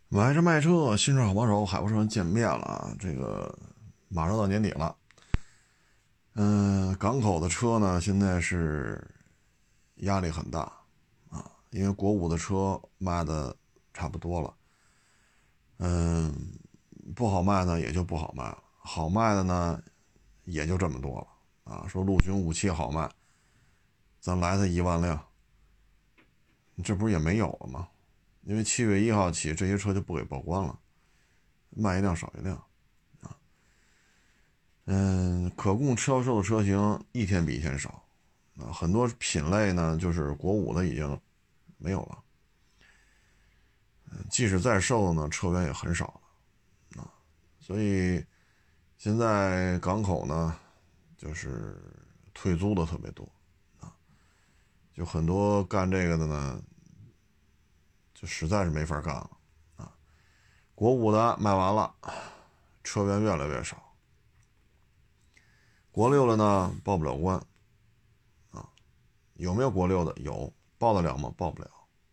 买车卖车，新车好帮手，海博车见面了啊！这个马上到年底了，港口的车呢，现在是压力很大啊，因为国五的车卖的差不多了，嗯，不好卖呢也就不好卖了，好卖的呢也就这么多了啊。说陆巡57好卖，咱来它1万辆，这不是也没有了吗？因为7月1号起这些车就不给报关了，卖一辆少一辆。可供销售的车型一天比一天少啊，很多品类呢就是国五的已经没有了，即使在售的呢车源也很少了啊，所以现在港口呢就是退租的特别多啊，就很多干这个的呢就实在是没法干了啊，国五的卖完了，车源越来越少，国六的呢报不了关啊，有没有国六的？有，报得了吗？报不了。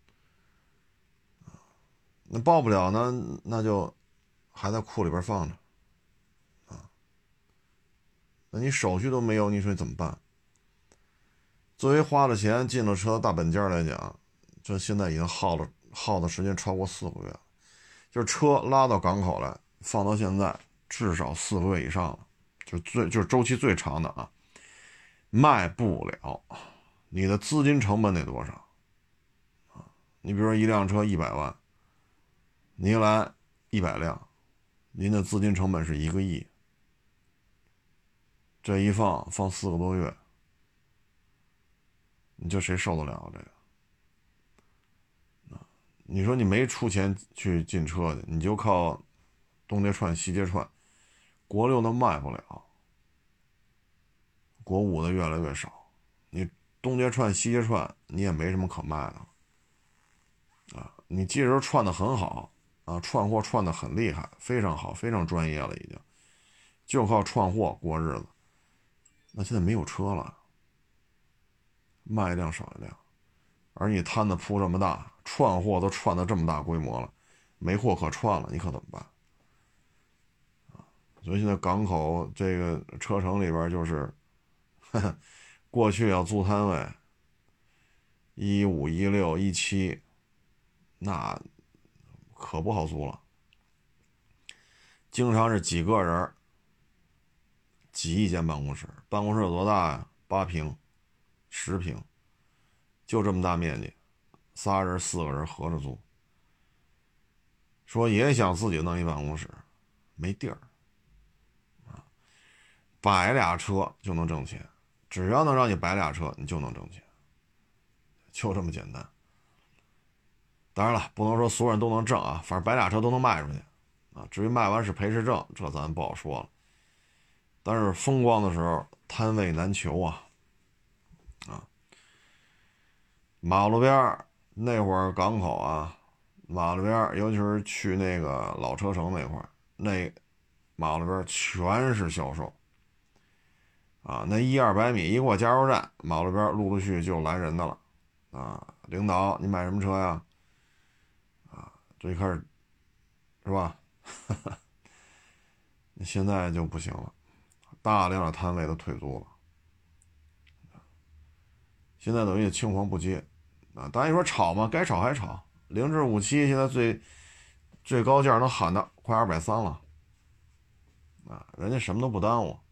那报不了呢，那就还在库里边放着啊。那你手续都没有，你说怎么办？作为花了钱进了车大本件来讲，这现在已经耗的时间超过4个月了。就是车拉到港口来，放到现在至少4个月以上了，就是周期最长的啊。卖不了，你的资金成本得多少啊？你比如说一辆车100万，您来100辆，您的资金成本是1个亿。这一放4个多月，你这谁受得了这个？你说你没出钱去进车去，你就靠东街串西街串，国六的卖不了，国五的越来越少，你东街串西街串你也没什么可卖的啊。你即使串的很好啊，串货串的很厉害，非常好，非常专业了，已经就靠串货过日子。那现在没有车了，卖一辆少一辆。而你摊子铺这么大，串货都串到这么大规模了，没货可串了，你可怎么办？所以现在港口这个车城里边就是，过去要租摊位，15、16、17，那可不好租了，经常是几个人挤一间办公室，办公室有多大呀？8平、10平，就这么大面积，3人4个人合着租。说也想自己弄一办公室，没地儿。摆俩车就能挣钱，只要能让你摆俩车，你就能挣钱，就这么简单。当然了，不能说所有人都能挣啊，反正摆俩车都能卖出去啊。至于卖完是赔是挣，这咱不好说了。但是风光的时候，摊位难求啊。马路边那会儿港口啊，马路边尤其是去那个老车城那块儿，那马路边全是销售。啊，那100-200米一过加油站，马路边陆陆续续就来人的了。啊，领导，你买什么车呀？啊，这一开始是吧？现在就不行了，大量的摊位都退租了，现在等于青黄不接。啊，当然你说炒嘛，该炒还炒。0至57现在最高价能喊到快230了。啊，人家什么都不耽误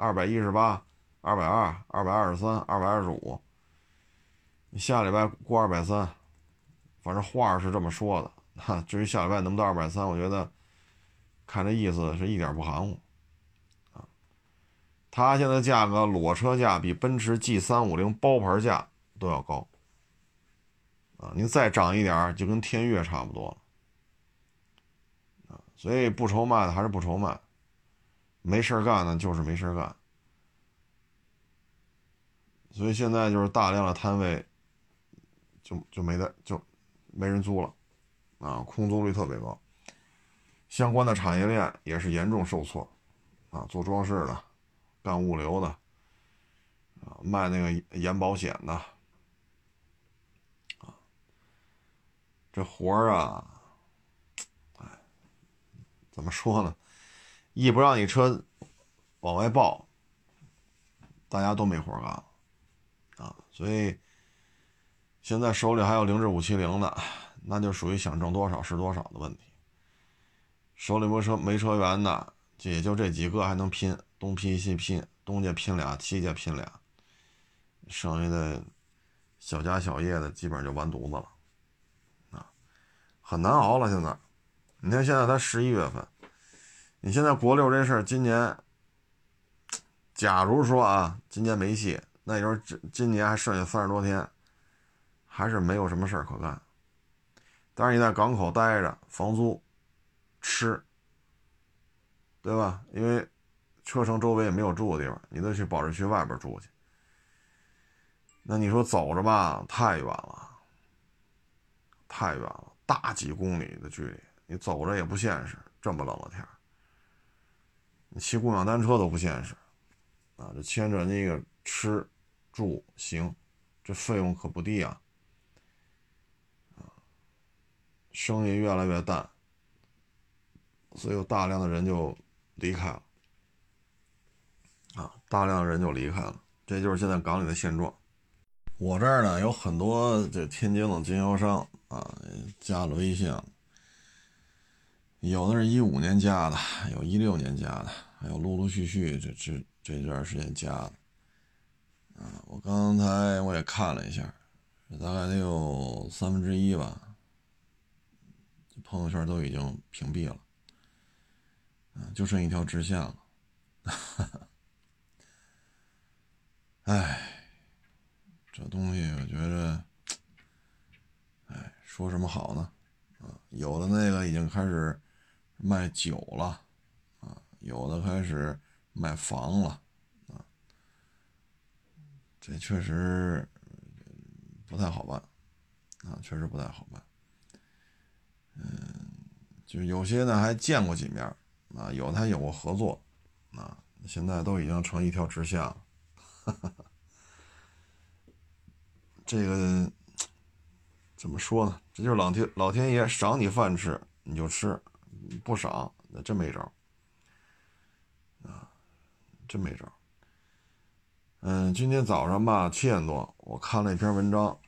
，218、220、223、225。你下礼拜过230，反正话是这么说的。至于下礼拜能不能到230，我觉得看这意思是一点不含糊啊。它现在价格裸车价比奔驰 G350包牌价都要高啊，您再涨一点就跟天越差不多了啊。所以不愁卖的还是不愁卖，没事干呢就是没事干。所以现在就是大量的摊位就没人租了啊，空租率特别高，相关的产业链也是严重受挫啊，做装饰的、干物流的啊、卖那个延保险的啊，这活儿啊怎么说呢？一不让你车往外爆，大家都没活干了啊。所以现在手里还有凌志570的，那就属于想挣多少是多少的问题。手里没车源的，也就这几个还能拼，东拼西拼，东家拼俩，西家拼俩，剩下的小家小业的基本上就完犊子了啊，很难熬了。现在，你看现在才11月份，你现在国六这事儿，今年，假如说啊，今年没戏，那也就是今年还剩下30多天，还是没有什么事儿可干。但是你在港口待着，房租、吃，对吧？因为车城周围也没有住的地方，你得去保质区外边住去。那你说走着吧，太远了，太远了，大几公里的距离，你走着也不现实。这么冷的天，你骑共享单车都不现实啊！这牵着那个吃、住、行，这费用可不低啊！生意越来越淡，所以有大量的人就离开了啊，大量的人就离开了，这就是现在港里的现状。我这儿呢有很多这天津的经销商啊，加了微信了，有的是15年加的，有16年加的，还有陆陆续续这段时间加的啊。我刚才我也看了一下，大概得有1/3吧，朋友圈都已经屏蔽了，就剩一条直线了。哎，这东西我觉着，哎，说什么好呢？有的那个已经开始卖酒了，有的开始卖房了，这确实不太好办，确实不太好办。就是有些呢还见过几面，有的还有过合作，现在都已经成一条直线了。这个怎么说呢？这就是老天爷赏你饭吃你就吃，不赏那真没招真没招。今天早上吧7点多，我看了一篇文章，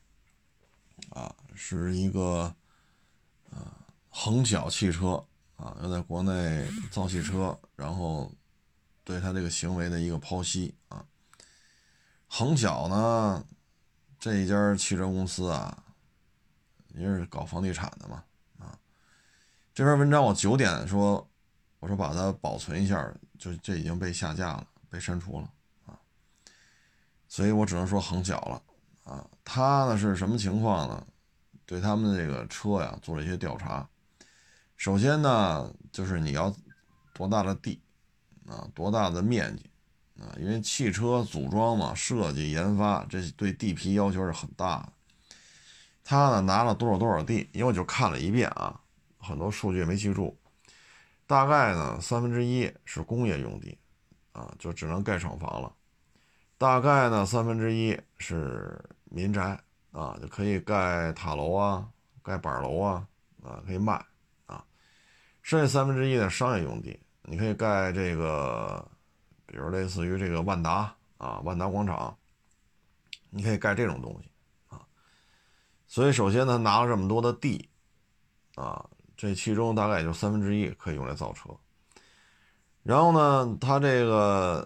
是一个恒小汽车要在国内造汽车，然后对他这个行为的一个剖析啊。恒小呢，这一家汽车公司也是搞房地产的嘛，这篇文章我9点说，我说把它保存一下，就这已经被下架了，被删除了所以我只能说恒小了他呢是什么情况呢？对他们这个车呀做了一些调查。首先呢，就是你要多大的地多大的面积因为汽车组装嘛，设计研发这对地皮要求是很大的。他呢拿了多少地，因为我就看了一遍很多数据没记住。大概呢1/3是工业用地就只能盖厂房了。大概呢1/3是民宅就可以盖塔楼盖板楼可以卖剩下1/3的商业用地，你可以盖这个，比如类似于这个万达万达广场，你可以盖这种东西所以首先呢拿了这么多的地这其中大概也就1/3可以用来造车。然后呢，他这个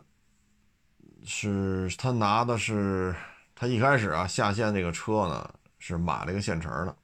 他拿的是他一开始下线这个车呢是买了一个现成的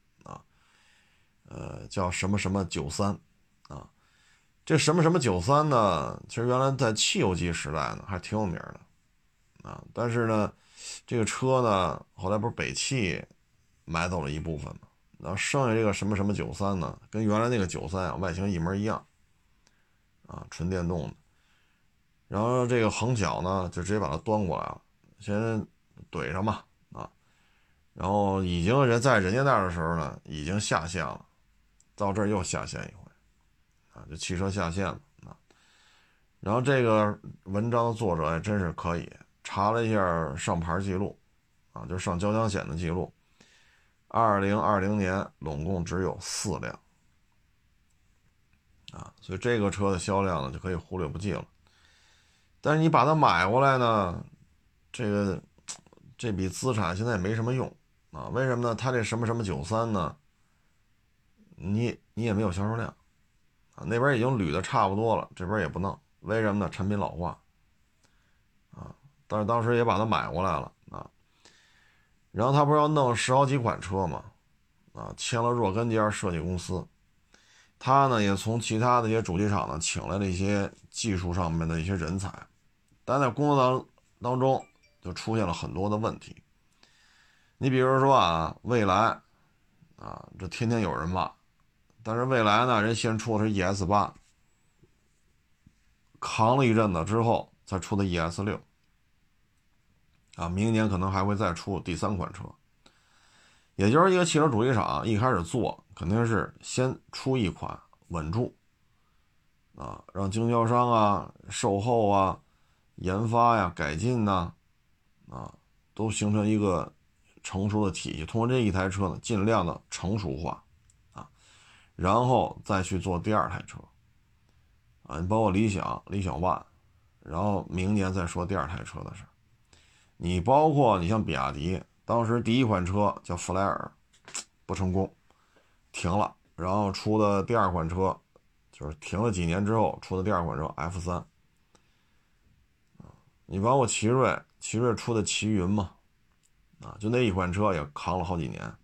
叫什么什么93这什么什么93呢，其实原来在汽油机时代呢还挺有名的但是呢这个车呢后来不是北汽买走了一部分嘛，然后剩下这个什么什么93呢跟原来那个93外形一模一样纯电动的。然后这个恒小呢就直接把它端过来了，先怼上嘛然后已经在人家那儿的时候呢已经下线了，到这儿又下线一回就汽车下线了然后这个文章的作者还真是可以，查了一下上牌记录就上交强险的记录，2020年拢共只有4辆所以这个车的销量呢就可以忽略不计了。但是你把它买过来呢，这笔资产现在也没什么用为什么呢？它这什么什么93呢，你也没有销售量那边已经捋的差不多了，这边也不弄，为什么呢？产品老化但是当时也把它买过来了然后他不是要弄10好几款车吗？签了若干家设计公司，他呢也从其他的一些主机厂呢请来了一些技术上面的一些人才，但在工作当中就出现了很多的问题。你比如说蔚来这天天有人骂，但是蔚来呢人先出的是 ES8， 扛了一阵子之后才出的 ES6明年可能还会再出第3款车。也就是一个汽车主机厂一开始做肯定是先出一款稳住让经销商售后研发改进都形成一个成熟的体系，通过这一台车呢尽量的成熟化然后再去做第2台车你包括理想 ONE， 然后明年再说第2台车的事。你包括你像比亚迪，当时第1款车叫弗莱尔不成功停了，然后出的第2款车就是停了几年之后出的第2款车 F3你包括奇瑞出的奇云嘛就那一款车也扛了好几年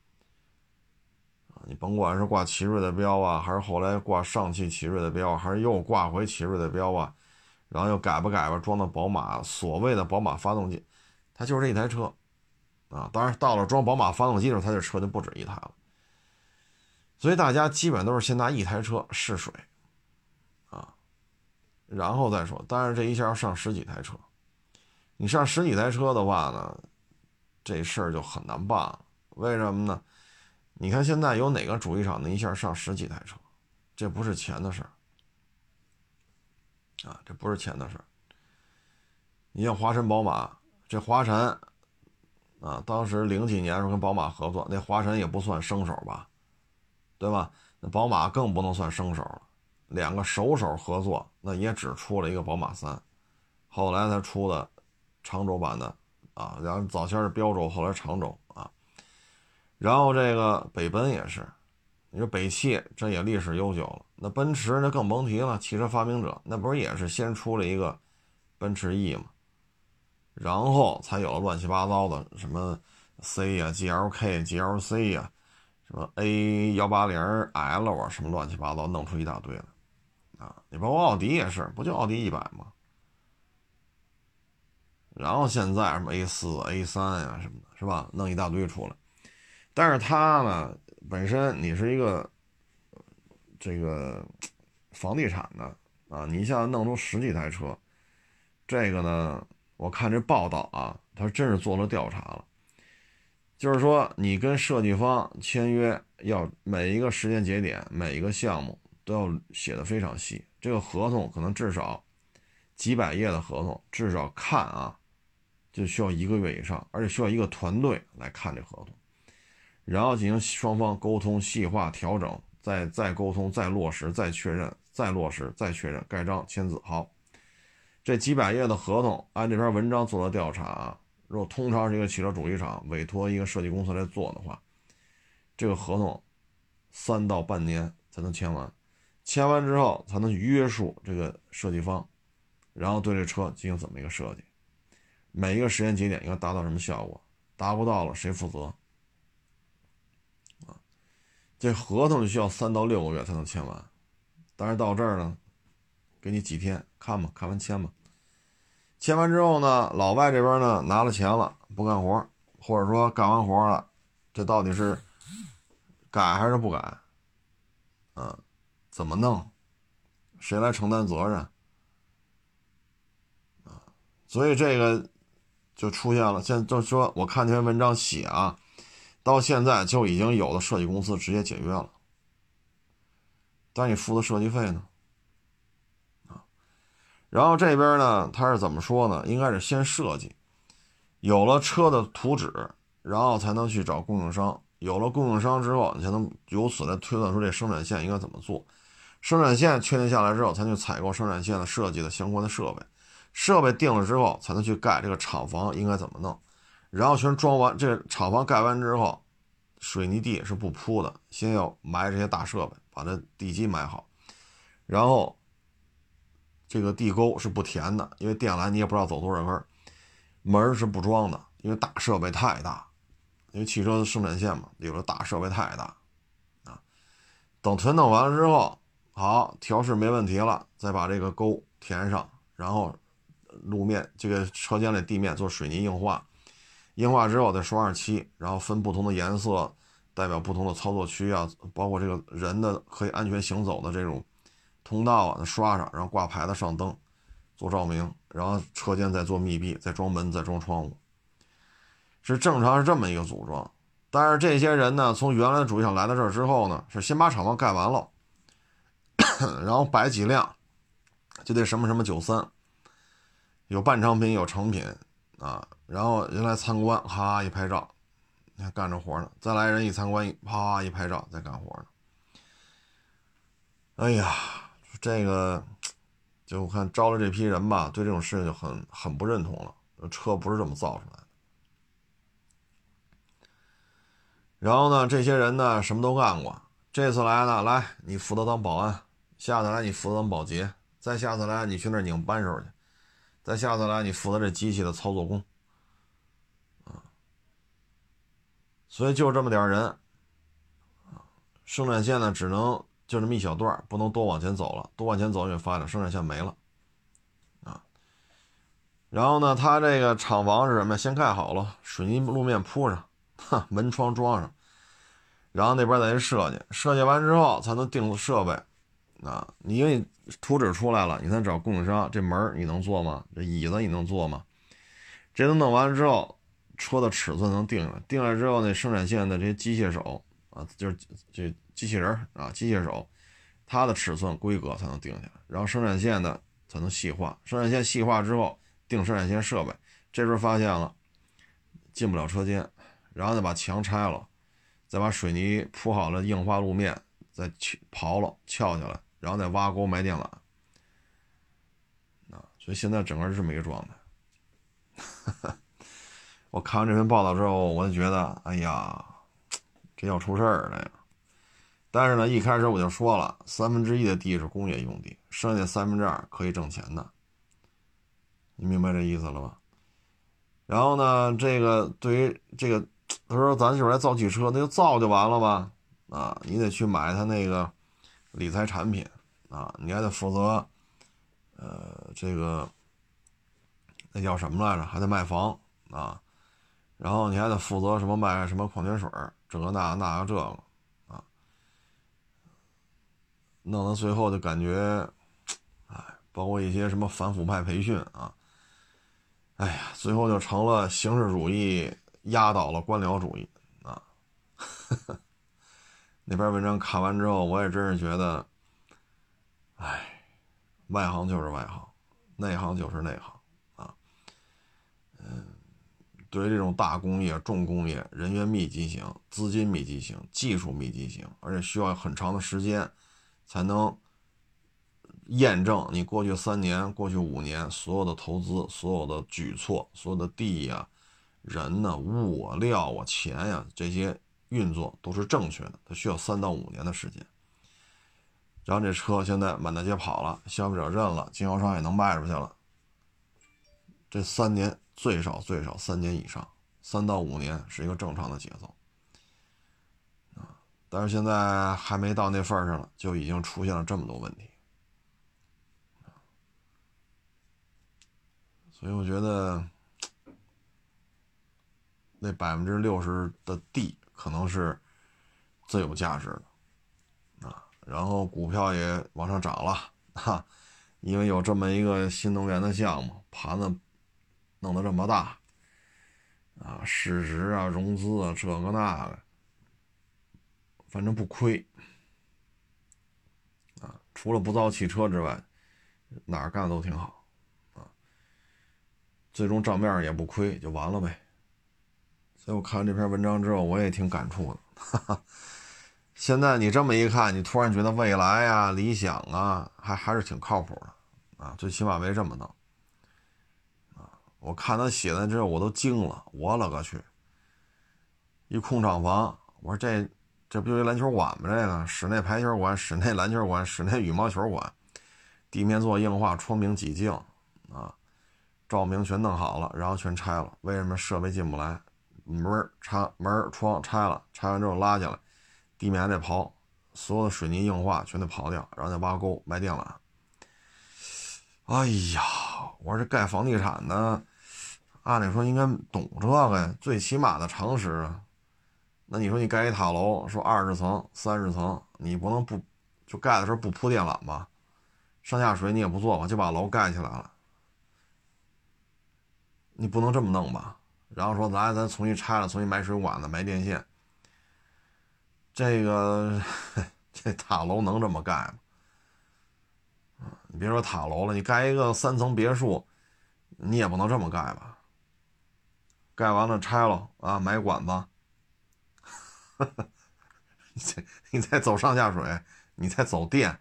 你甭管是挂奇瑞的标还是后来挂上汽奇瑞的标，还是又挂回奇瑞的标然后又改吧装到宝马所谓的宝马发动机，它就是这一台车当然到了装宝马发动机的时候，它这车就不止一台了。所以大家基本都是先拿一台车试水然后再说。当然这一下要上10几台车，你上10几台车的话呢，这事儿就很难办了。为什么呢？你看现在有哪个主机厂能一下上10几台车？这不是钱的事儿这不是钱的事儿。你像华晨宝马，这华晨当时00几年的时候跟宝马合作，那华晨也不算生手吧，对吧？那宝马更不能算生手了，2个手合作，那也只出了一个宝马3，后来才出的长轴版的然后早先是标轴，后来长轴然后这个北奔也是，你说北汽这也历史悠久了，那奔驰那更甭提了，汽车发明者那不是也是先出了一个奔驰 E 吗？然后才有了乱七八糟的什么 C GLK GLC 什么 A180L 什么乱七八糟，弄出一大堆来你包括奥迪也是，不就奥迪100吗？然后现在什么 A4 A3 什么的，是吧？弄一大堆出来。但是它呢本身你是一个这个房地产的你像弄出10几台车，这个呢我看这报道他真是做了调查了，就是说你跟设计方签约，要每一个时间节点每一个项目都要写得非常细，这个合同可能至少几百页的合同，至少看就需要1个月以上，而且需要一个团队来看这合同，然后进行双方沟通细化调整，再沟通再落实再确认再落实再确认，盖章签字。好，这几百页的合同按这篇文章做了调查如果通常是一个汽车主机厂委托一个设计公司来做的话，这个合同3到半年才能签完，签完之后才能约束这个设计方，然后对这车进行怎么一个设计，每一个时间节点应该达到什么效果，达不到了谁负责这合同就需要3到6个月才能签完。但是到这儿呢，给你几天看吧，看完签吧。签完之后呢，老外这边呢拿了钱了不干活，或者说干完活了，这到底是改还是不改怎么弄，谁来承担责任所以这个就出现了，现在就说我看这篇文章写到现在就已经有的设计公司直接解约了，但是你付的设计费呢然后这边呢他是怎么说呢，应该是先设计，有了车的图纸，然后才能去找供应商，有了供应商之后你才能由此来推断出这生产线应该怎么做， 生产线确定下来之后，才能去采购生产线的设计的相关的设备，设备定了之后，才能去盖这个厂房应该怎么弄，然后全装完，这个厂房盖完之后，水泥地是不铺的，先要埋这些大设备，把这地基埋好，然后这个地沟是不填的，因为电缆你也不知道走多少根，门是不装的，因为大设备太大，因为汽车的生产线嘛，有的大设备太大啊。等全弄完了之后，好，调试没问题了，再把这个沟填上，然后路面这个车间里地面做水泥硬化，硬化之后再刷上漆，然后分不同的颜色，代表不同的操作区啊，包括这个人的可以安全行走的这种通道啊，刷上，然后挂牌子上灯，做照明，然后车间再做密闭，再装门，再装窗户，是正常是这么一个组装。但是这些人呢，从原来的主意上来到这儿之后呢，是先把厂房盖完了，然后摆几辆，就得什么什么93，有半成品有成品啊，然后人来参观，哈一拍照，你看干着活呢，再来人一参观，啪一拍照，再干活呢。哎呀，这个就我看招了这批人吧，对这种事情就很不认同了，车不是这么造出来的。然后呢，这些人呢什么都干过，这次来呢，来你负责当保安，下次来你负责当保洁，再下次来你去那儿拧扳手去，再下次来你负责这机器的操作工，所以就这么点人，生产线呢只能就这么一小段，不能多往前走了，多往前走越发展，生产线没了啊。然后呢，他这个厂房是什么？先盖好了，水泥路面铺上，门窗装上，然后那边再设计，设计完之后才能定设备啊。你因为图纸出来了，你再找供应商，这门你能做吗？这椅子你能做吗？这都弄完了之后，车的尺寸能定下来，定下来之后，那生产线的这些机械手啊，就是这机器人啊，机械手，它的尺寸规格才能定下来，然后生产线的才能细化，生产线细化之后定生产线设备，这时候发现了进不了车间，然后再把墙拆了，再把水泥铺好了硬化路面再刨了撬下来，然后再挖沟埋电缆啊，所以现在整个是这么一个状态。我看完这篇报道之后，我就觉得，哎呀，这要出事儿了呀！但是呢，一开始我就说了，1/3的地是工业用地，剩下2/3可以挣钱的，你明白这意思了吧？然后呢，这个对于这个，他说咱就是来造汽车，那就造就完了吧？啊，你得去买他那个理财产品啊，你还得负责，这个那叫什么来着？还得卖房啊。然后你还得负责什么卖什么矿泉水，这个那个这个啊，弄到最后就感觉，哎，包括一些什么反腐派培训啊，哎呀，最后就成了形式主义压倒了官僚主义啊。那篇文章看完之后，我也真是觉得，哎，外行就是外行，内行就是内行啊。对于这种大工业、重工业，人员密集型、资金密集型、技术密集型，而且需要很长的时间才能验证你过去3年、过去5年所有的投资、所有的举措、所有的地呀、人呢、物啊、料啊、钱呀这些运作都是正确的，它需要3到5年的时间。然后这车现在满大街跑了，消费者认了，经销商也能卖出去了。这3年最少3年以上，3到5年是一个正常的节奏啊。但是现在还没到那份上了，就已经出现了这么多问题，所以我觉得那60%的地可能是最有价值的啊。然后股票也往上涨了哈，因为有这么一个新能源的项目，盘子弄得这么大啊，市值啊、融资啊，这个那个，反正不亏啊。除了不造汽车之外，哪儿干的都挺好啊。最终账面上也不亏，就完了呗。所以我看完这篇文章之后，我也挺感触的，哈哈。 现在你这么一看，你突然觉得未来啊、理想啊，还是挺靠谱的啊，最起码没这么弄啊。我看他写的之后，我都惊了，我勒个去！一空场房，我说这不就一篮球馆吗？这个室内排球馆、室内篮球馆、室内羽毛球馆，地面做硬化，窗明几净啊，照明全弄好了，然后全拆了。为什么设备进不来？门窗拆了，拆完之后拉下来，地面还得刨，所有的水泥硬化全得刨掉，然后再挖沟埋电缆。哎呀，我说这盖房地产的，按理说应该懂这个呀，最起码的常识啊。那你说你盖一塔楼，说20层、30层，你不能不就盖的时候不铺电缆吧？上下水你也不做吧，就把楼盖起来了，你不能这么弄吧？然后说咱重新拆了，重新埋水管子、埋电线，这个这塔楼能这么盖吗？你别说塔楼了，你盖一个3层别墅，你也不能这么盖吧？盖完了拆了啊，埋管子，你再走上下水，你再走电，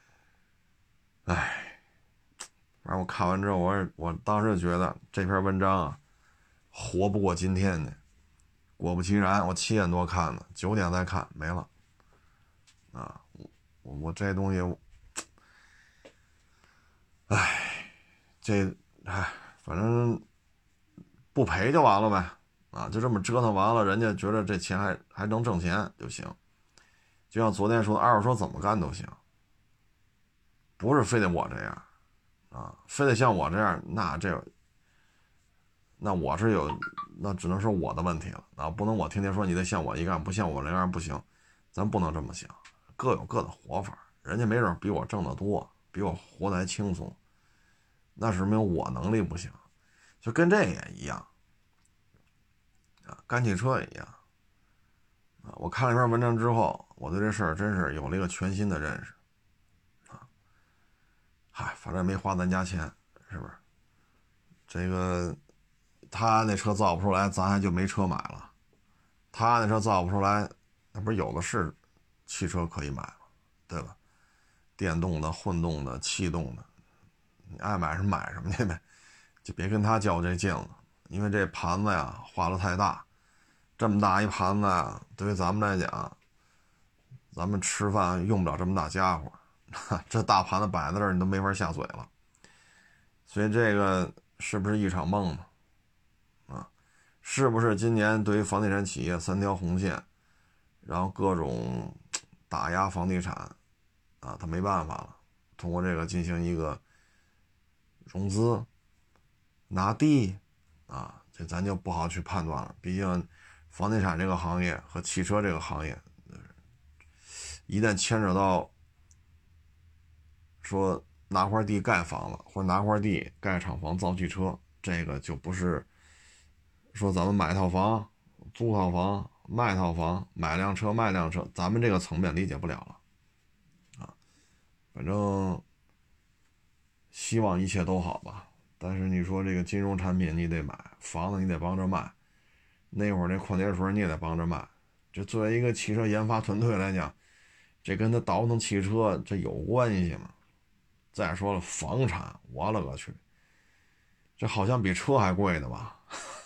哎，反正我看完之后，我当时就觉得这篇文章啊，活不过今天呢。果不其然，我7点多看的，9点再看没了啊！我这东西，哎，反正不赔就完了呗，啊，就这么折腾完了，人家觉得这钱还能挣钱就行。就像昨天说的，二手车怎么干都行，不是非得我这样啊，非得像我这样，那我是有，那只能说我的问题了啊，不能我天天说你得像我一样，不像我这样不行，咱不能这么想，各有各的活法，人家没准比我挣得多，比我活得还轻松，那是没有我能力不行，就跟这也一样啊，干汽车也一样啊。我看了一篇文章之后，我对这事儿真是有了一个全新的认识啊。嗨，反正没花咱家钱，是不是？这个他那车造不出来，咱还就没车买了。他那车造不出来，那不是有的是汽车可以买吗？对吧？电动的、混动的、气动的，你爱买什么买什么去呗，就别跟他较这劲了。因为这盘子呀画的太大，这么大一盘子呀，对于咱们来讲，咱们吃饭用不了这么大家伙，这大盘子摆在这儿你都没法下嘴了。所以这个是不是一场梦呢？啊，是不是今年对于房地产企业3条红线，然后各种打压房地产啊，他没办法了，通过这个进行一个融资拿地啊，这咱就不好去判断了。毕竟房地产这个行业和汽车这个行业，一旦牵扯到说拿块地盖房子，或者拿块地盖厂房造汽车，这个就不是说咱们买套房、租套房、卖套房、买辆车、卖辆车，咱们这个层面理解不了了啊。反正希望一切都好吧。但是你说这个金融产品你得买，房子你得帮着卖，那会儿那矿泉水你也得帮着卖。这作为一个汽车研发团队来讲，这跟他倒腾汽车这有关系吗？再说了，房产，我勒个去，这好像比车还贵的吧？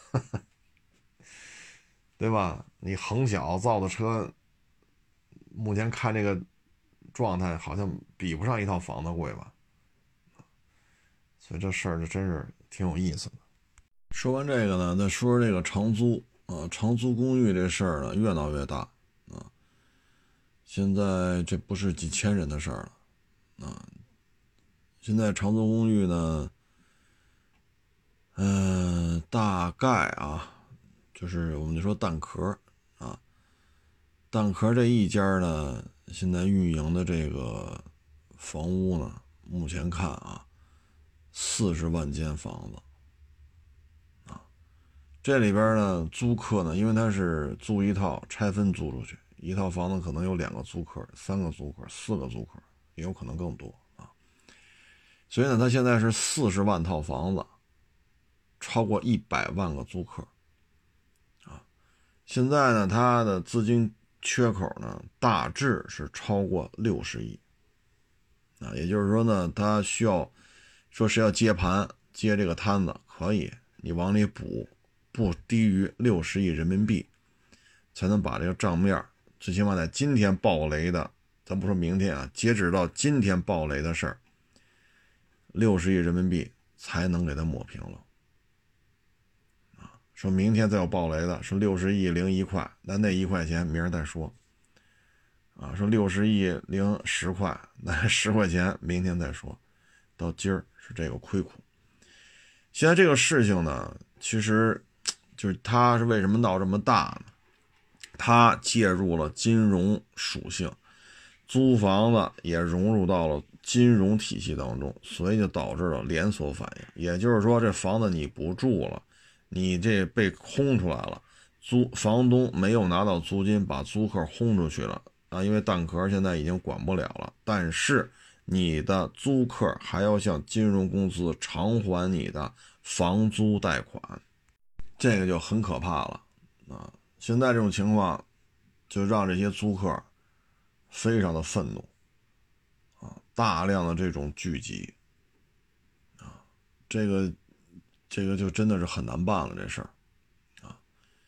对吧？你恒小造的车，目前看这个状态，好像比不上一套房子贵吧？所以这事儿就真是挺有意思的。说完这个呢，再说说这个长租啊，长租公寓这事儿呢，越闹越大啊。现在这不是几千人的事儿了啊。现在长租公寓呢，大概啊，就是我们就说蛋壳啊，蛋壳这一家呢，现在运营的这个房屋呢，目前看啊，40万间房子啊，这里边呢，租客呢，因为他是租一套拆分租出去，一套房子可能有2个租客、3个租客、4个租客，也有可能更多啊，所以呢，他现在是40万套房子，超过100万个租客啊。现在呢，他的资金缺口呢大致是超过60亿啊，也就是说呢，他需要说是要接盘接这个摊子，可以你往里补不低于60亿人民币，才能把这个账面最起码在今天爆雷的，咱不说明天啊，截止到今天爆雷的事儿，60亿人民币才能给它抹平了。说明天再有爆雷的，说60亿零1块，那1块钱明儿再说。啊，说60亿零10块，那10块钱明天再说。到今儿是这个亏苦。现在这个事情呢，其实就是它是为什么闹这么大呢？它介入了金融属性，租房子也融入到了金融体系当中，所以就导致了连锁反应。也就是说，这房子你不住了，你这被轰出来了，房东没有拿到租金，把租客轰出去了啊！因为蛋壳现在已经管不了了，但是你的租客还要向金融公司偿还你的房租贷款，这个就很可怕了啊！现在这种情况就让这些租客非常的愤怒啊，大量的这种聚集啊，这个就真的是很难办了，这事儿啊，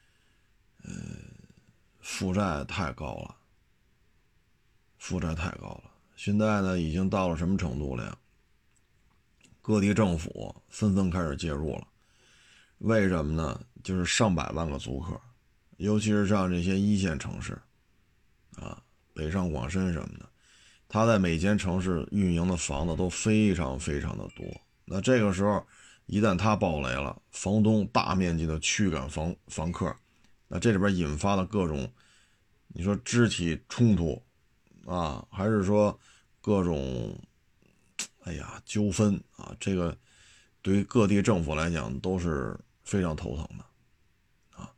负债太高了，负债太高了。现在呢，已经到了什么程度了呀？各地政府纷纷开始介入了。为什么呢？就是上百万个租客，尤其是像这些一线城市啊，北上广深什么的，他在每间城市运营的房子都非常非常的多。那这个时候一旦他爆雷了，房东大面积的驱赶房客，那这里边引发了各种你说肢体冲突啊，还是说各种纠纷啊，这个对于各地政府来讲都是非常头疼的啊。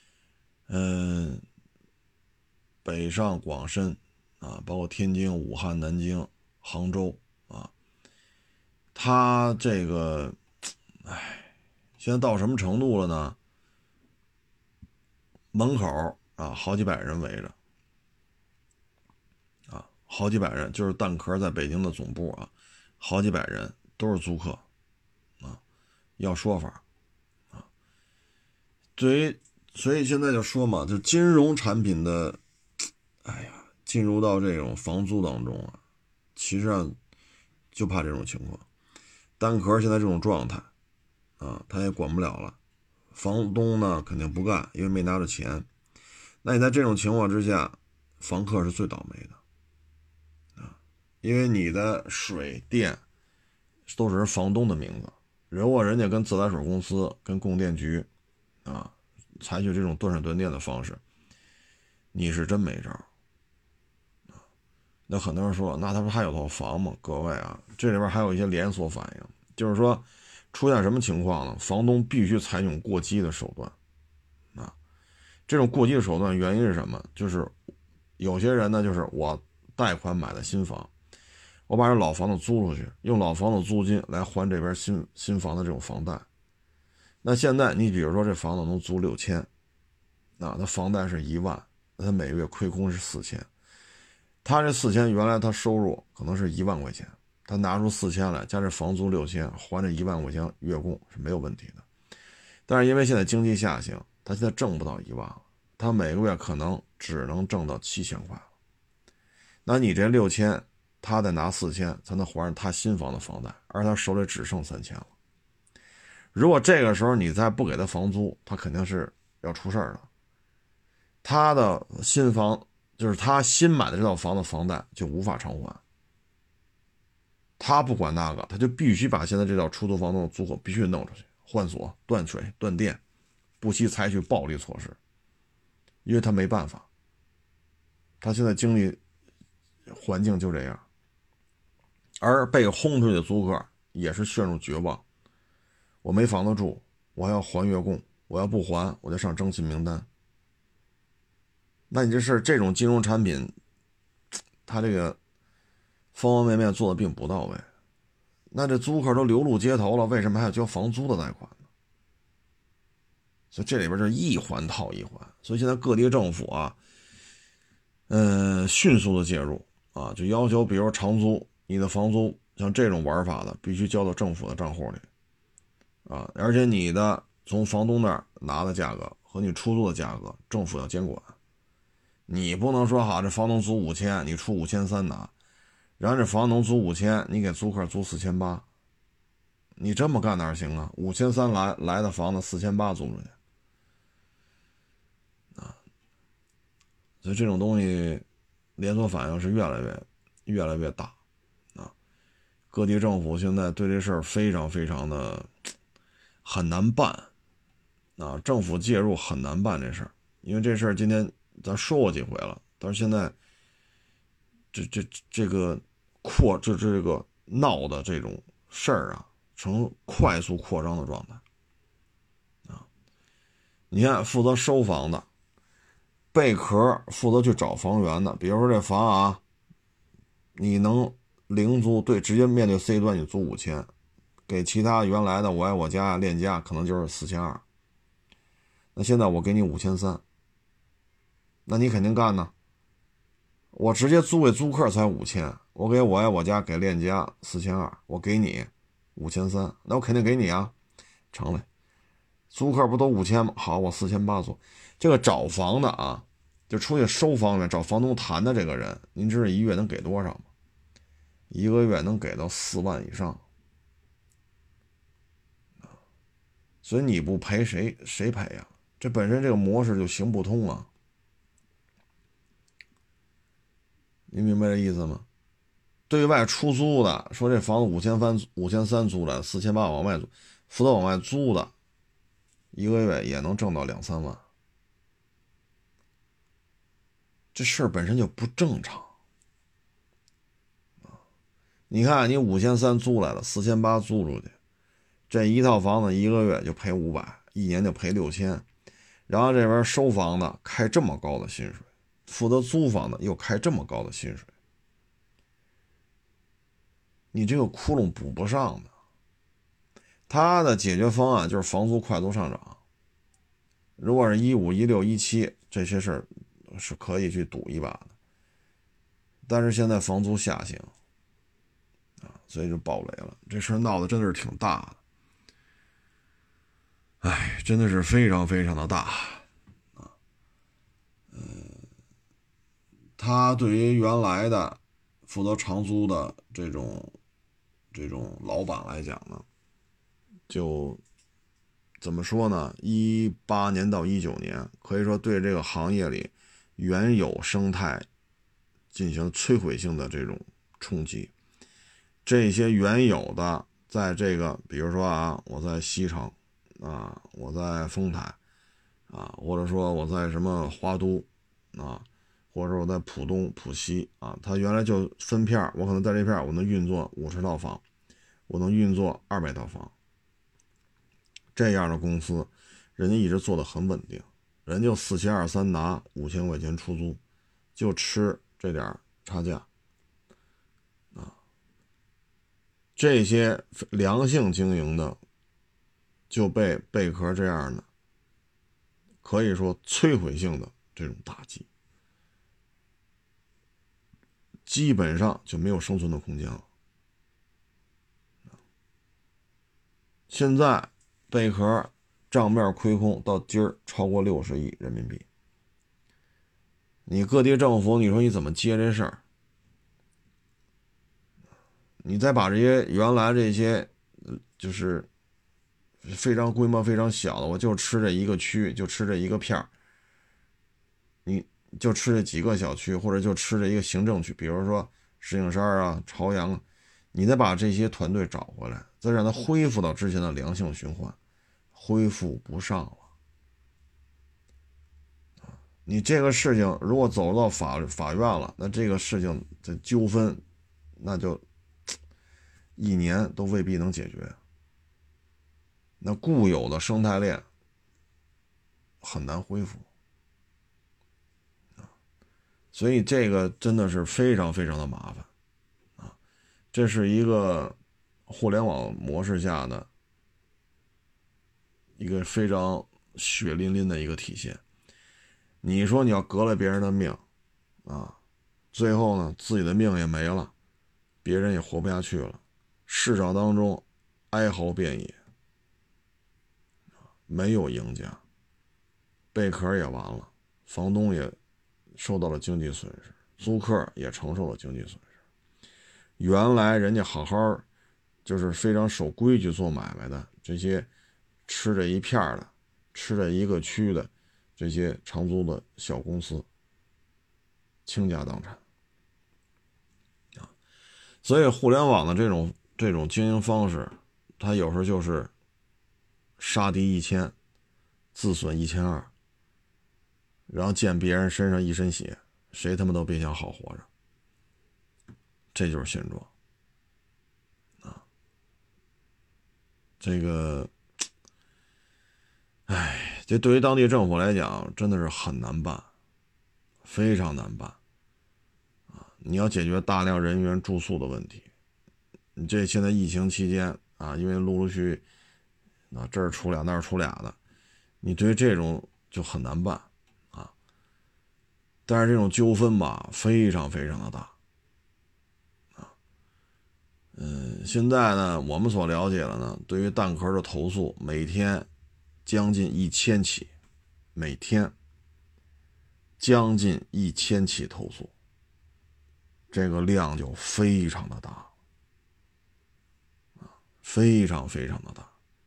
北上广深啊，包括天津、武汉、南京、杭州啊，它这个现在到什么程度了呢？门口啊好几百人围着啊，好几百人，就是蛋壳在北京的总部啊，好几百人都是租客啊，要说法啊。所以现在就说嘛，就金融产品的进入到这种房租当中啊，其实上就怕这种情况。蛋壳现在这种状态啊，他也管不了了，房东呢肯定不干，因为没拿着钱。那你在这种情况之下，房客是最倒霉的啊，因为你的水电都是房东的名字，如果人家跟自来水公司、跟供电局啊采取这种断水断电的方式，你是真没招啊。那很多人说，那他不还有套房吗？各位啊，这里边还有一些连锁反应，就是说出现什么情况呢？房东必须采用过激的手段啊。这种过激的手段原因是什么？就是有些人呢，就是我贷款买的新房，我把这老房子租出去，用老房子租金来还这边新房的这种房贷。那现在你比如说这房子能租6000，那他房贷是1万，那他每个月亏空是4000。他这4000原来他收入可能是1万块钱，他拿出4000来，加这房租6000，还这1万块钱月供是没有问题的。但是因为现在经济下行，他现在挣不到1万了，他每个月可能只能挣到7000块了。那你这6000，他再拿4000才能还他新房的房贷，而他手里只剩3000了。如果这个时候你再不给他房租，他肯定是要出事儿的。他的新房就是他新买的这套房子房贷就无法偿还。他不管那个，他就必须把现在这套出租房东的租客必须弄出去，换锁、断水、断电，不惜采取暴力措施，因为他没办法。他现在经历环境就这样，而被轰出去的租客也是陷入绝望。我没房子住，我还要还月供，我要不还我就上征信名单。那你这种金融产品，它这个方方面面做的并不到位，那这租客都流露街头了，为什么还要交房租的贷款呢？所以这里边是一环套一环。所以现在各地政府啊， 迅速的介入啊，就要求比如长租，你的房租像这种玩法的必须交到政府的账户里啊，而且你的从房东那儿拿的价格和你出租的价格，政府要监管。你不能说好这房东租5000，你出5300拿，然后这房东租5000，你给租客租4800，你这么干哪行啊？5300来的房子4800租出去啊，所以这种东西连锁反应是越来越大啊。各地政府现在对这事儿非常非常的很难办啊，政府介入很难办这事儿，因为这事儿今天咱说过几回了，但是现在这个这个闹的这种事儿啊，呈快速扩张的状态啊。你看，负责收房的贝壳，负责去找房源的，比如说这房啊，你能零租，对，直接面对 C 端你租5000，给其他原来的我爱我家、链家可能就是4200，那现在我给你5300，那你肯定干呢。我直接租给租客才5000，我给我爱我家给链家4200，我给你5300，那我肯定给你啊，成了。租客不都5000吗？好，我4800租。这个找房的啊，就出去收房源找房东谈的这个人，您知道一月能给多少吗？一个月能给到4万以上，所以你不赔谁赔呀？这本身这个模式就行不通啊。你明白这意思吗？对外出租的说这房子5300租来，4800往外租，负责往外租的，一个月也能挣到2-3万，这事儿本身就不正常。你看，你5300租来了，4800租出去，这一套房子一个月就赔500，一年就赔6000，然后这边收房的开这么高的薪水，负责租房的又开这么高的薪水，你这个窟窿补不上的。他的解决方案就是房租快速上涨。如果是15、16、17这些事儿是可以去赌一把的，但是现在房租下行啊，所以就爆雷了。这事儿闹得真的是挺大的，哎，真的是非常非常的大啊。他对于原来的负责长租的这种老板来讲呢，就怎么说呢？18年到19年，可以说对这个行业里原有生态进行摧毁性的这种冲击。这些原有的，在这个，比如说啊，我在西城啊，我在丰台啊，或者说我在什么花都啊，或者说我在浦东、浦西啊，它原来就分片，我可能在这片我能运作50套房，我能运作200套房。这样的公司，人家一直做得很稳定，人就4723拿5000块钱出租，就吃这点差价啊。这些良性经营的就被贝壳这样的可以说摧毁性的这种打击，基本上就没有生存的空间了。现在贝壳账面亏空到今儿超过60亿人民币，你各地政府，你说你怎么接这事儿？你再把这些原来这些就是非常规模非常小的，我就吃这一个区，就吃这一个片儿，你就吃这几个小区，或者就吃这一个行政区，比如说石景山啊、朝阳啊，你再把这些团队找回来，再让它恢复到之前的良性循环，恢复不上了。你这个事情如果走到法院了，那这个事情的纠纷，那就1年都未必能解决。那固有的生态链很难恢复，所以这个真的是非常非常的麻烦啊！这是一个互联网模式下的一个非常血淋淋的一个体现。你说你要革了别人的命啊，最后呢自己的命也没了，别人也活不下去了，市场当中哀嚎遍野，没有赢家，贝壳也完了，房东也受到了经济损失，租客也承受了经济损失。原来人家好好就是非常守规矩做买卖的这些吃这一片的、吃这一个区的这些长租的小公司，倾家荡产啊！所以互联网的这种经营方式，它有时候就是杀敌1000，自损1200，然后溅别人身上一身血，谁他妈都别想好活着。这就是现状啊！这个，哎，这对于当地政府来讲，真的是很难办，非常难办啊！你要解决大量人员住宿的问题，你这现在疫情期间啊，因为陆陆续续啊这儿出俩那儿出俩的，你对于这种就很难办啊。但是这种纠纷吧，非常非常的大。现在呢，我们所了解的呢，对于蛋壳的投诉，每天将近1000起，每天将近1000起投诉，这个量就非常的大，非常非常的大。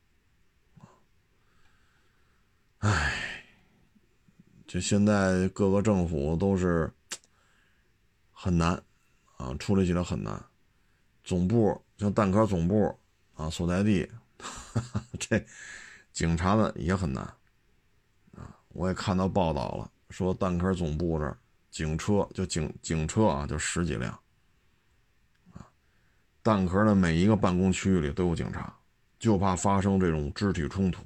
唉，这现在各个政府都是很难啊，处理起来很难。总部像蛋壳总部啊所在地，这警察呢也很难啊。我也看到报道了，说蛋壳总部这儿警车就警车啊就10几辆啊，蛋壳的每一个办公区域里都有警察，就怕发生这种肢体冲突。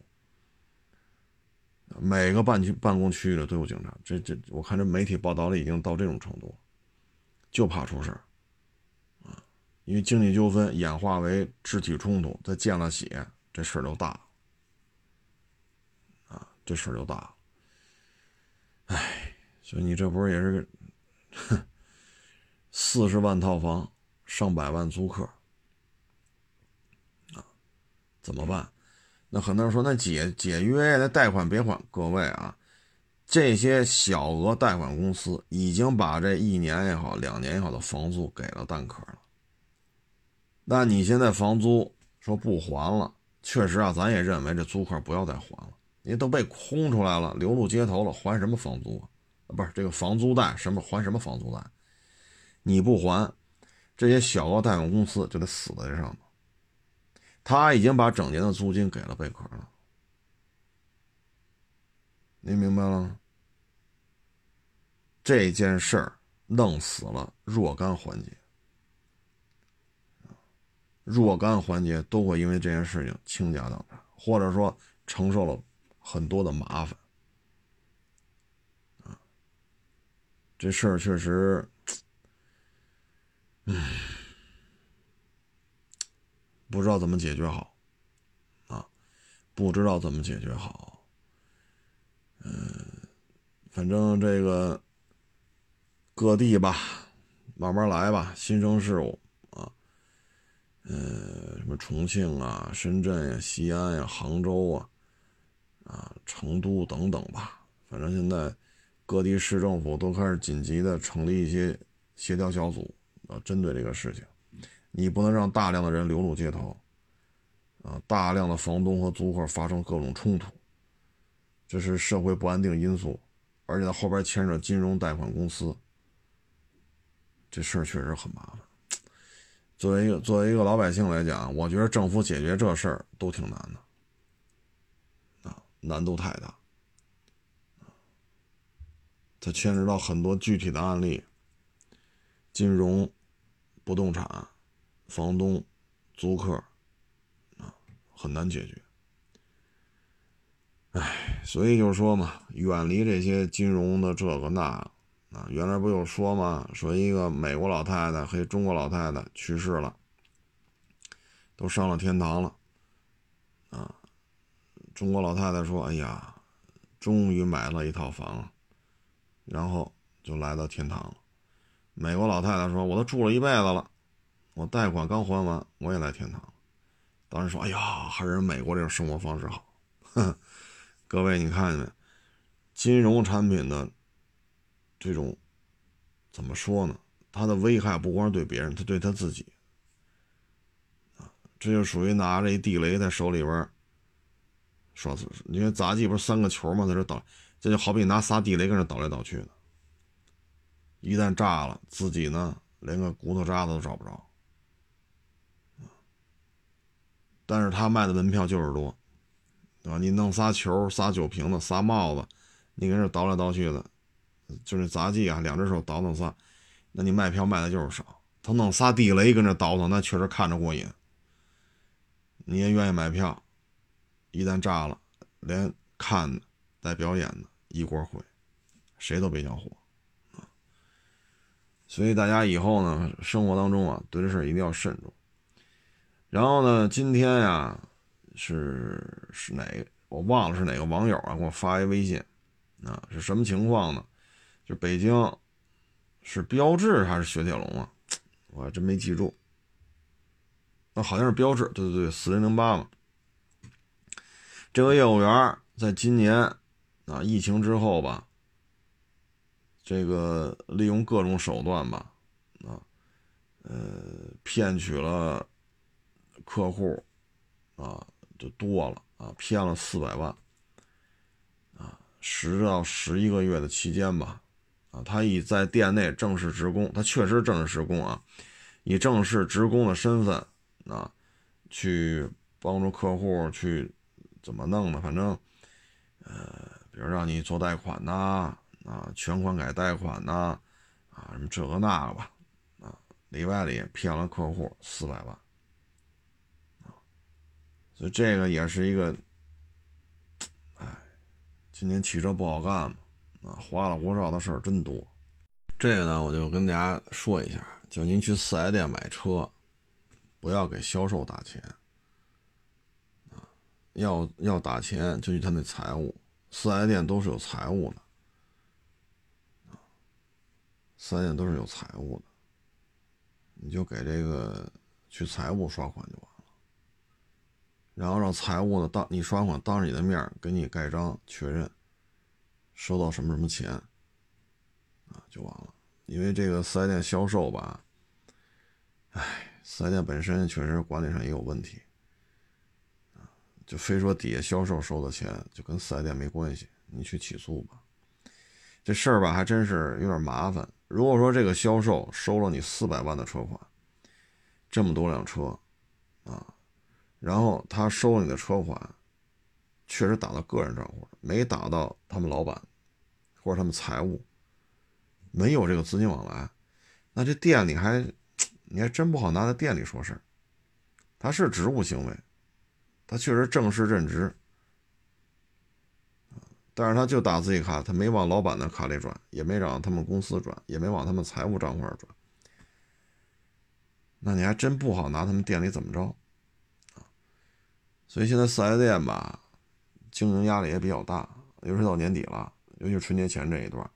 每个办公区域里都有警察，我看这媒体报道里已经到这种程度，就怕出事啊！因为经济纠纷演化为肢体衝突，再见了血，这事儿就大了啊！这事儿就大了。唉，所以你这不是也是个40万套房，上百万租客啊？怎么办？那很多人说，那解约呀，那贷款别还。各位啊，这些小额贷款公司已经把这1年也好2年也好的房租给了蛋壳了。那你现在房租说不还了，确实啊，咱也认为这租客不要再还了，你都被空出来了，流露街头了，还什么房租啊？不是这个房租贷，还什么房租贷？你不还，这些小额贷款公司就得死在这上头。他已经把整年的租金给了贝壳了，您明白了吗？这件事儿弄死了若干环节，若干环节都会因为这件事情倾家荡产，或者说承受了很多的麻烦。这事儿确实，不知道怎么解决好啊，不知道怎么解决好。反正这个各地吧，慢慢来吧，新生事物啊，什么重庆啊、深圳呀、西安呀、杭州啊、成都等等吧，反正现在各地市政府都开始紧急的成立一些协调小组啊，针对这个事情，你不能让大量的人流露街头啊，大量的房东和租客发生各种冲突，这是社会不安定因素，而且它后边牵扯金融贷款公司，这事儿确实很麻烦。作为一个老百姓来讲，我觉得政府解决这事儿都挺难的啊，难度太大。它牵扯到很多具体的案例，金融、不动产、房东、租客啊，很难解决。唉，所以就是说嘛，远离这些金融的这个那啊。原来不有说吗？说一个美国老太太和中国老太太去世了，都上了天堂了啊。中国老太太说：“哎呀，终于买了一套房了。”然后就来到天堂了。美国老太太说：“我都住了一辈子了，我贷款刚还完，我也来天堂了。”当时说：“哎呀，还是美国这种生活方式好。”各位，你看见没？金融产品的这种怎么说呢？它的危害不光是对别人，它对他自己这就属于拿着一地雷在手里边耍。因为杂技不是3个球吗？在这倒，这就好比拿仨地雷跟这倒来倒去的。一旦炸了，自己呢连个骨头渣子都找不着。但是他卖的门票就是多，对吧？你弄仨球、仨酒瓶子、仨帽子，你跟这倒来倒去的，就是杂技啊，2只手倒腾仨，那你卖票卖的就是少。他弄仨地雷跟这倒腾，那确实看着过瘾，你也愿意买票。一旦炸了，连看的带表演的一锅烩，谁都别想活。所以大家以后呢，生活当中啊，对这事一定要慎重。然后呢，今天呀，是哪个我忘了是哪个网友啊给我发一微信啊，是什么情况呢？就北京是标致还是雪铁龙啊？我还真没记住。那好像是标致，对对对，4008嘛。这个业务员在今年啊疫情之后吧，这个利用各种手段吧，骗取了客户啊，就多了啊，骗了400万啊，10到11个月的期间吧，啊，他以在店内正式职工，他确实正式职工啊，以正式职工的身份啊，去帮助客户去怎么弄呢？反正比如让你做贷款呐，啊，全款改贷款呐，啊，什么这个那个吧，啊，里外里骗了客户400万，所以这个也是一个，哎，今年汽车不好干嘛，啊，花里胡哨的事儿真多。这个呢，我就跟大家说一下，就您去4S店买车，不要给销售打钱，啊，要打钱就去他那财务，4S店都是有财务的。4S店都是有财务的，你就给这个去财务刷款就完了，然后让财务呢你刷款当着你的面给你盖章确认收到什么什么钱啊就完了。因为这个4S店销售吧，4S店本身确实管理上也有问题啊，就非说底下销售收的钱就跟4S店没关系，你去起诉吧。这事儿吧还真是有点麻烦。如果说这个销售收了你400万的车款，这么多辆车啊，然后他收你的车款确实打到个人账户，没打到他们老板或者他们财务，没有这个资金往来，那这店里你还真不好拿在店里说事儿。他是职务行为，他确实正式任职，但是他就打自己卡，他没往老板的卡里转，也没让他们公司转，也没往他们财务账户上转，那你还真不好拿他们店里怎么着啊。所以现在4S店吧，经营压力也比较大，尤其到年底了，尤其是春节前这一段，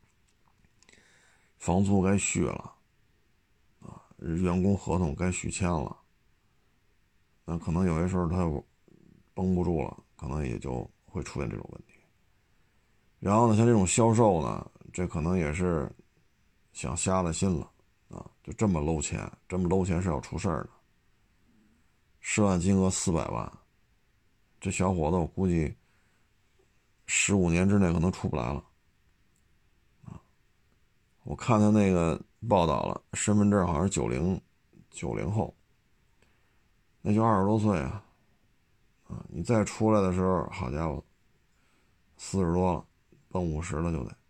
房租该续了啊，员工合同该续签了，那可能有些时候他绷不住了，可能也就会出现这种问题。然后呢，像这种销售呢，这可能也是想瞎了心了啊！就这么搂钱，这么搂钱是要出事儿的。涉案金额400万，这小伙子我估计15年之内可能出不来了啊！我看他那个报道了，身份证好像是90后，那就20多岁啊！啊，你再出来的时候，好家伙，40多了。奔50了就得，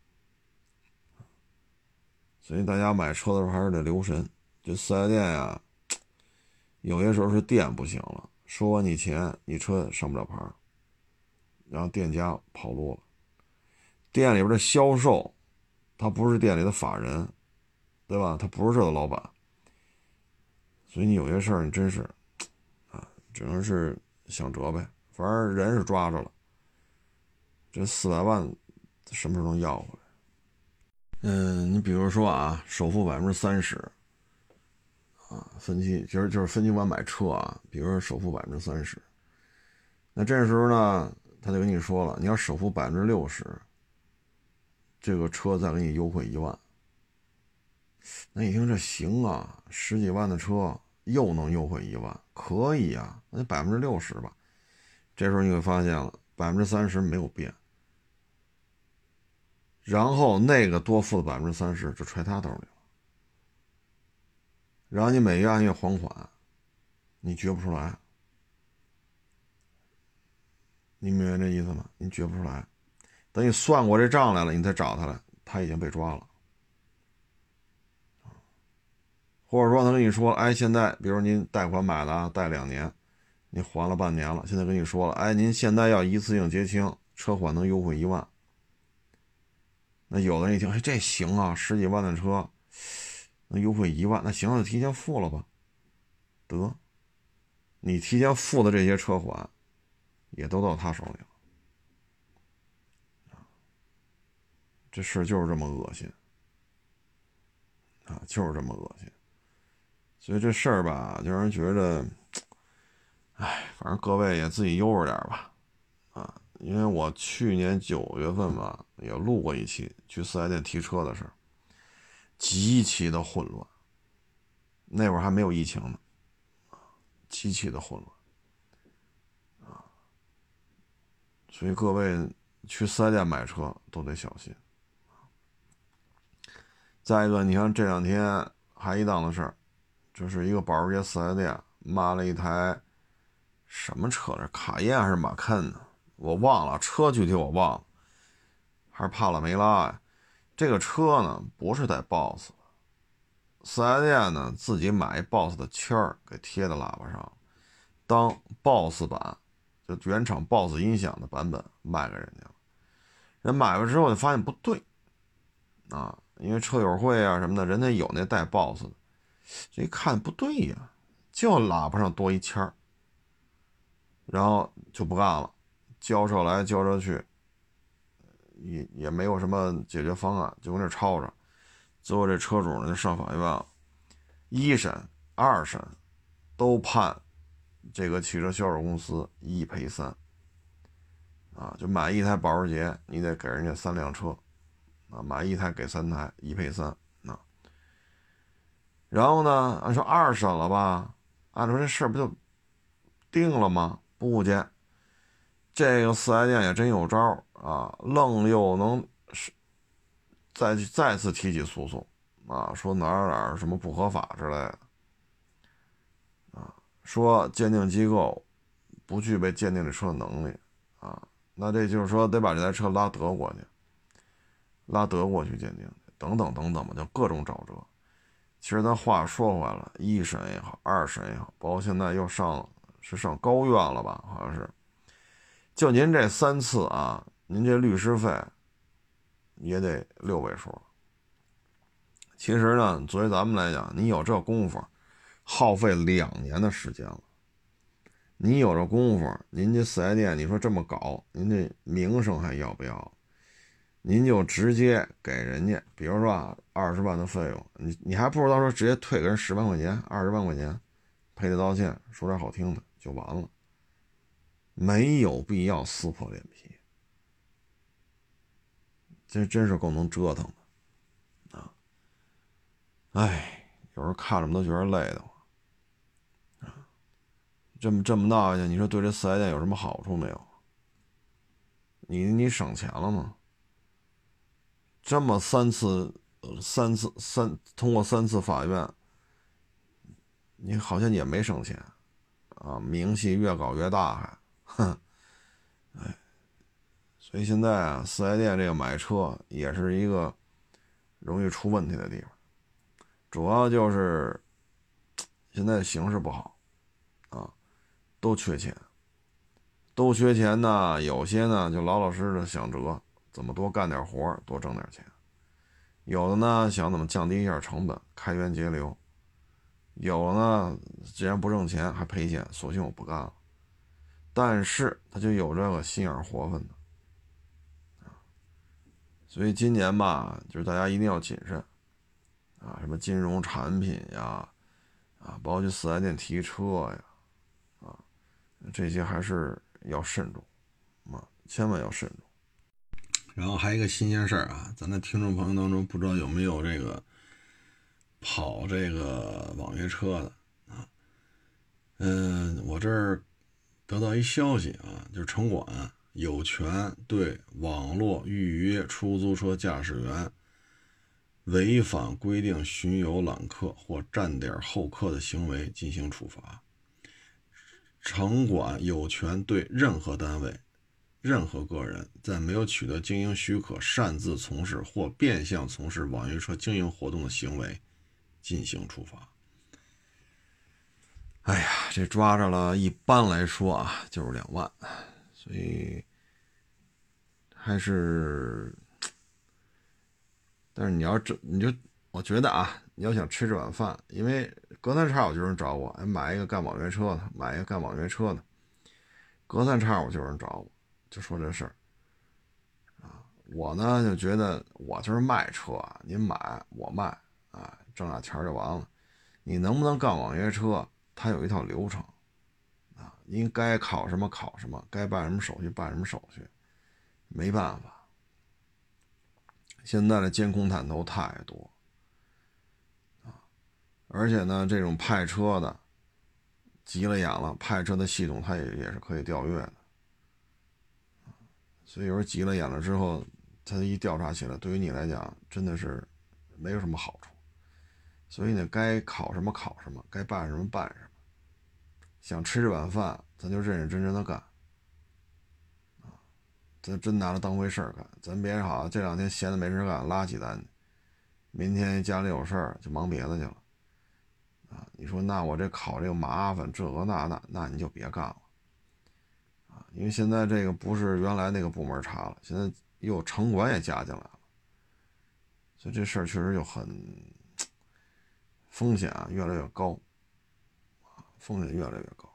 所以大家买车的时候还是得留神。这4S店呀，有些时候是店不行了，收完你钱，你车上不了牌，然后店家跑路了。店里边的销售，他不是店里的法人，对吧？他不是这的老板，所以你有些事儿你真是啊，只能是想辙呗。反正人是抓着了，这400万什么时候能要回来？ 你比如说啊，首付30%啊，分期其实就是分期款买车啊，比如说首付30%，那这时候呢，他就跟你说了，你要首付60%，这个车再给你优惠1万。那一听这行啊，十几万的车又能优惠1万，可以啊，那就60%吧。这时候你会发现了，30%没有变，然后那个多付的30%就揣他兜里了，然后你每月按月还款，你觉不出来，你明白这意思吗？你觉不出来，等你算过这账来了，你再找他来，他已经被抓了。或者说他跟你说，哎，现在比如您贷款买的贷2年，你还了半年了，现在跟你说了，哎，您现在要一次性结清，车款能优惠1万。那有的人一听，哎，这行啊，十几万的车，那优惠1万，那行，就提前付了吧。得，你提前付的这些车款，也都到他手里了。这事就是这么恶心啊，就是这么恶心。所以这事儿吧，就让人觉得，哎，反正各位也自己悠着点吧，啊，因为我去年9月份吧，也录过一期去4S店提车的事儿，极其的混乱。那会儿还没有疫情呢，极其的混乱啊，所以各位去4S店买车都得小心。再一个，你看这2天还一档子事儿，就是一个保时捷4S店骂了一台什么车是卡宴还是马肯呢？我忘了，车具体我忘了，还是帕拉梅拉呀？这个车呢不是带 BOSS 的，4S店呢自己买一 BOSS 的签儿给贴在喇叭上，当 BOSS 版，就原厂 BOSS 音响的版本卖给人家了。人买了之后就发现不对啊，因为车友会啊什么的，人家有那带 BOSS 的，这一看不对呀，就喇叭上多一签儿，然后就不干了，交涉来交涉去，也没有什么解决方案，就跟这吵着。最后这车主呢就上法院了，1审、2审都判这个汽车销售公司1赔3啊，就买一台保时捷，你得给人家3辆车啊，买一台给3台，1赔3啊。然后呢，按说2审了吧，按说这事儿不就定了吗？不见，这个4S店也真有招啊，愣又能再次提起诉讼啊，说哪儿什么不合法之类的啊，说鉴定机构不具备鉴定这车的能力啊，那这就是说得把这台车拉德国去，拉德国去鉴定，等等等等吧，就各种找辙。其实咱话说回来了，1审也好，2审也好，包括现在又上高院了吧，好像是。就您这3次啊，您这律师费也得6位数。其实呢，作为咱们来讲，你有这功夫，耗费2年的时间了。你有这功夫，您这4S店，你说这么搞，您这名声还要不要？您就直接给人家，比如说20万的费用，你还不如到时候直接退给人10万块钱、20万块钱，赔礼道歉，说点好听的就完了，没有必要撕破脸皮。这真是够能折腾的啊！哎，有时候看着我们都觉得累的慌啊。这么闹下去，你说对这4S店有什么好处没有？你省钱了吗？这么通过3次法院，你好像也没省钱啊，名气越搞越大还，哼，哎，所以现在啊，4S店这个买车也是一个容易出问题的地方，主要就是现在形势不好啊，都缺钱，呢，有些呢就老老实实的想辙，怎么多干点活，多挣点钱。有的呢想怎么降低一下成本，开源节流；有的呢既然不挣钱还赔钱，索性我不干了。但是他就有这个心眼活分的， 所以今年吧，就是大家一定要谨慎啊，什么金融产品呀，啊，包括去4S店提车呀，啊，这些还是要慎重啊，千万要慎重。然后还有一个新鲜事儿啊，咱的听众朋友当中不知道有没有这个跑这个网约车的啊？我这儿得到一消息啊，就是城管有权对网络预约出租车驾驶员违反规定巡游揽客或站点候客的行为进行处罚。城管有权对任何单位、任何个人在没有取得经营许可擅自从事或变相从事网约车经营活动的行为进行处罚。哎呀，这抓着了，一般来说啊，就是2万，所以还是，但是我觉得啊，你要想吃这碗饭，因为隔三差五就有人找我，买一个干网约车的，买一个干网约车的，隔三差五就有人找我，就说这事儿啊。我呢就觉得我就是卖车啊，您买我卖啊，挣俩钱就完了。你能不能干网约车，它有一套流程啊，您该考什么考什么，该办什么手续办什么手续，没办法。现在的监控探头太多啊，而且呢，这种派车的急了眼了，派车的系统它也是可以调阅的，所以有时候急了眼了之后，他一调查起来，对于你来讲真的是没有什么好处。所以呢，该考什么考什么，该办什么办什么。想吃这碗饭，咱就认认真真的干啊，咱真拿它当回事儿干。咱别好这2天闲的没事干，拉几单，明天家里有事儿就忙别的去了啊。你说那我这考这个麻烦，这个那你就别干了啊，因为现在这个不是原来那个部门查了，现在又城管也加进来了，所以这事儿确实就很风险啊越来越高啊，风险越来越高。